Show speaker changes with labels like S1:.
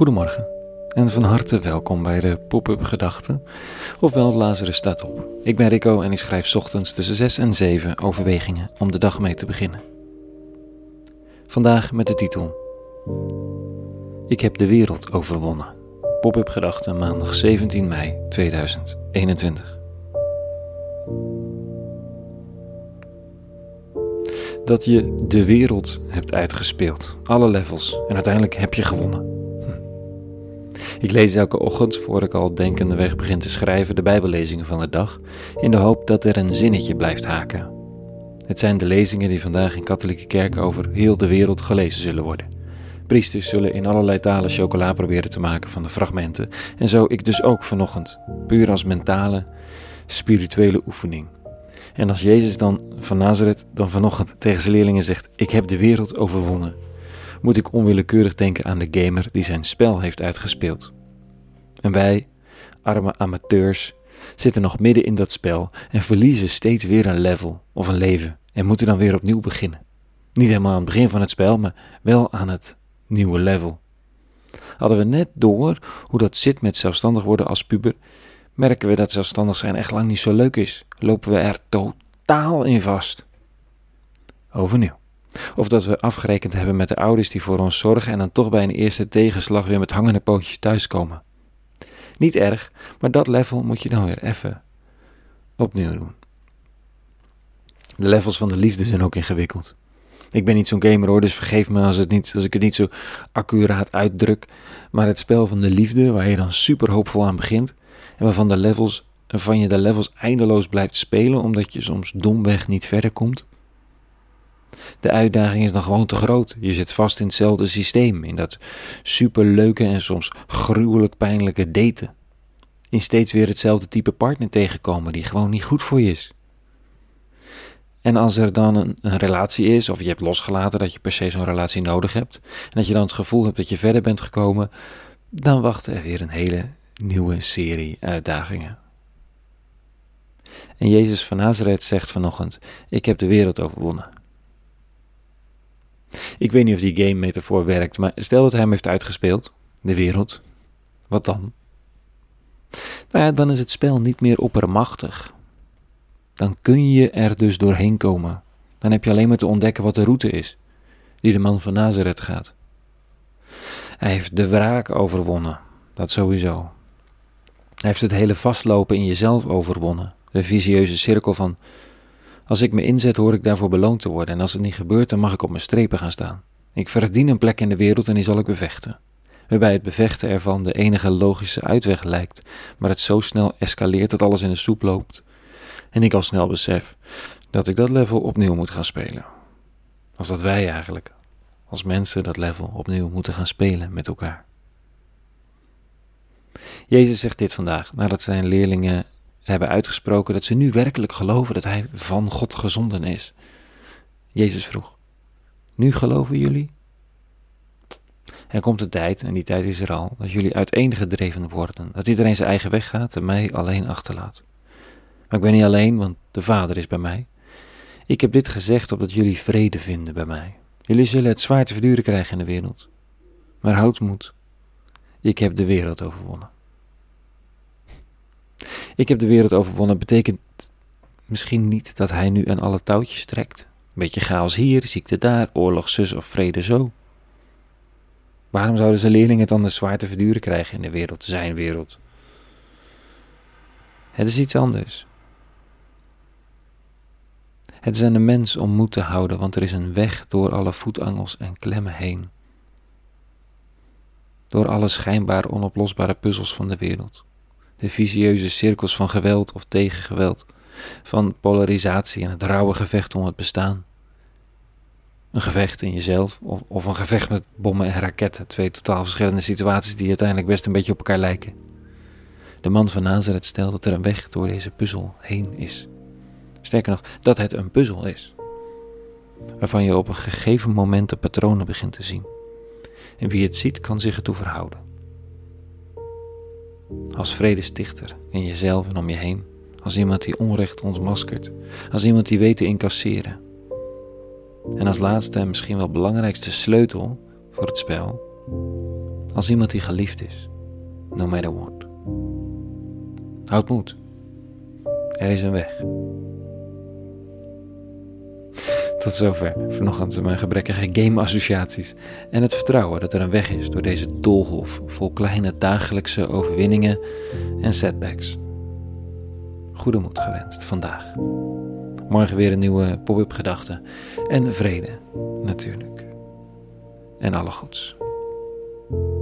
S1: Goedemorgen en van harte welkom bij de Pop-up Gedachten, ofwel Lazarus staat op. Ik ben Rico en ik schrijf 's ochtends tussen 6 en 7 overwegingen om de dag mee te beginnen. Vandaag met de titel: Ik heb de wereld overwonnen. Pop-up Gedachten, maandag 17 mei 2021. Dat je de wereld hebt uitgespeeld, alle levels, en uiteindelijk heb je gewonnen. Ik lees elke ochtend, voor ik al denkendeweg begin te schrijven, de bijbellezingen van de dag, in de hoop dat er een zinnetje blijft haken. Het zijn de lezingen die vandaag in katholieke kerken over heel de wereld gelezen zullen worden. Priesters zullen in allerlei talen chocola proberen te maken van de fragmenten, en zo ik dus ook vanochtend, puur als mentale, spirituele oefening. En als Jezus dan van Nazareth dan vanochtend tegen zijn leerlingen zegt: ik heb de wereld overwonnen, moet ik onwillekeurig denken aan de gamer die zijn spel heeft uitgespeeld. En wij, arme amateurs, zitten nog midden in dat spel en verliezen steeds weer een level of een leven en moeten dan weer opnieuw beginnen. Niet helemaal aan het begin van het spel, maar wel aan het nieuwe level. Hadden we net door hoe dat zit met zelfstandig worden als puber, merken we dat zelfstandig zijn echt lang niet zo leuk is. Lopen we er totaal in vast. Overnieuw. Of dat we afgerekend hebben met de ouders die voor ons zorgen en dan toch bij een eerste tegenslag weer met hangende pootjes thuiskomen. Niet erg, maar dat level moet je dan weer even opnieuw doen. De levels van de liefde zijn ook ingewikkeld. Ik ben niet zo'n gamer hoor, dus vergeef me als ik het niet zo accuraat uitdruk. Maar het spel van de liefde, waar je dan super hoopvol aan begint en waarvan je de levels eindeloos blijft spelen omdat je soms domweg niet verder komt. De uitdaging is dan gewoon te groot. Je zit vast in hetzelfde systeem, in dat superleuke en soms gruwelijk pijnlijke daten. In steeds weer hetzelfde type partner tegenkomen die gewoon niet goed voor je is. En als er dan een relatie is, of je hebt losgelaten dat je per se zo'n relatie nodig hebt, en dat je dan het gevoel hebt dat je verder bent gekomen, dan wacht er weer een hele nieuwe serie uitdagingen. En Jezus van Nazareth zegt vanochtend: ik heb de wereld overwonnen. Ik weet niet of die game-metafoor werkt, maar stel dat hij hem heeft uitgespeeld, de wereld, wat dan? Nou ja, dan is het spel niet meer oppermachtig. Dan kun je er dus doorheen komen. Dan heb je alleen maar te ontdekken wat de route is, die de man van Nazareth gaat. Hij heeft de wraak overwonnen, dat sowieso. Hij heeft het hele vastlopen in jezelf overwonnen, de vicieuze cirkel van: als ik me inzet, hoor ik daarvoor beloond te worden. En als het niet gebeurt, dan mag ik op mijn strepen gaan staan. Ik verdien een plek in de wereld en die zal ik bevechten. Waarbij het bevechten ervan de enige logische uitweg lijkt, maar het zo snel escaleert dat alles in de soep loopt. En ik al snel besef dat ik dat level opnieuw moet gaan spelen. Als dat wij eigenlijk, als mensen, dat level opnieuw moeten gaan spelen met elkaar. Jezus zegt dit vandaag, nadat zijn leerlingen hebben uitgesproken dat ze nu werkelijk geloven dat hij van God gezonden is. Jezus vroeg: nu geloven jullie? Er komt een tijd, en die tijd is er al, dat jullie uiteengedreven worden, dat iedereen zijn eigen weg gaat en mij alleen achterlaat. Maar ik ben niet alleen, want de Vader is bij mij. Ik heb dit gezegd opdat jullie vrede vinden bij mij. Jullie zullen het zwaar te verduren krijgen in de wereld. Maar houd moed. Ik heb de wereld overwonnen. Ik heb de wereld overwonnen betekent misschien niet dat hij nu aan alle touwtjes trekt. Een beetje chaos hier, ziekte daar, oorlog zus of vrede zo. Waarom zouden zijn leerlingen het anders zwaar te verduren krijgen in de wereld, zijn wereld? Het is iets anders. Het is aan de mens om moed te houden, want er is een weg door alle voetangels en klemmen heen. Door alle schijnbaar onoplosbare puzzels van de wereld. De vicieuze cirkels van geweld of tegengeweld, van polarisatie en het rauwe gevecht om het bestaan. Een gevecht in jezelf of een gevecht met bommen en raketten, twee totaal verschillende situaties die uiteindelijk best een beetje op elkaar lijken. De man van Nazareth stelt dat er een weg door deze puzzel heen is. Sterker nog, dat het een puzzel is, waarvan je op een gegeven moment de patronen begint te zien. En wie het ziet, kan zich ertoe verhouden. Als vredestichter in jezelf en om je heen, als iemand die onrecht ontmaskert, als iemand die weet te incasseren. En als laatste en misschien wel belangrijkste sleutel voor het spel, als iemand die geliefd is, no matter what. Houd moed. Er is een weg. Tot zover vanochtend mijn gebrekkige game-associaties en het vertrouwen dat er een weg is door deze doolhof vol kleine dagelijkse overwinningen en setbacks. Goede moed gewenst vandaag. Morgen weer een nieuwe pop-up gedachte en vrede natuurlijk. En alle goeds.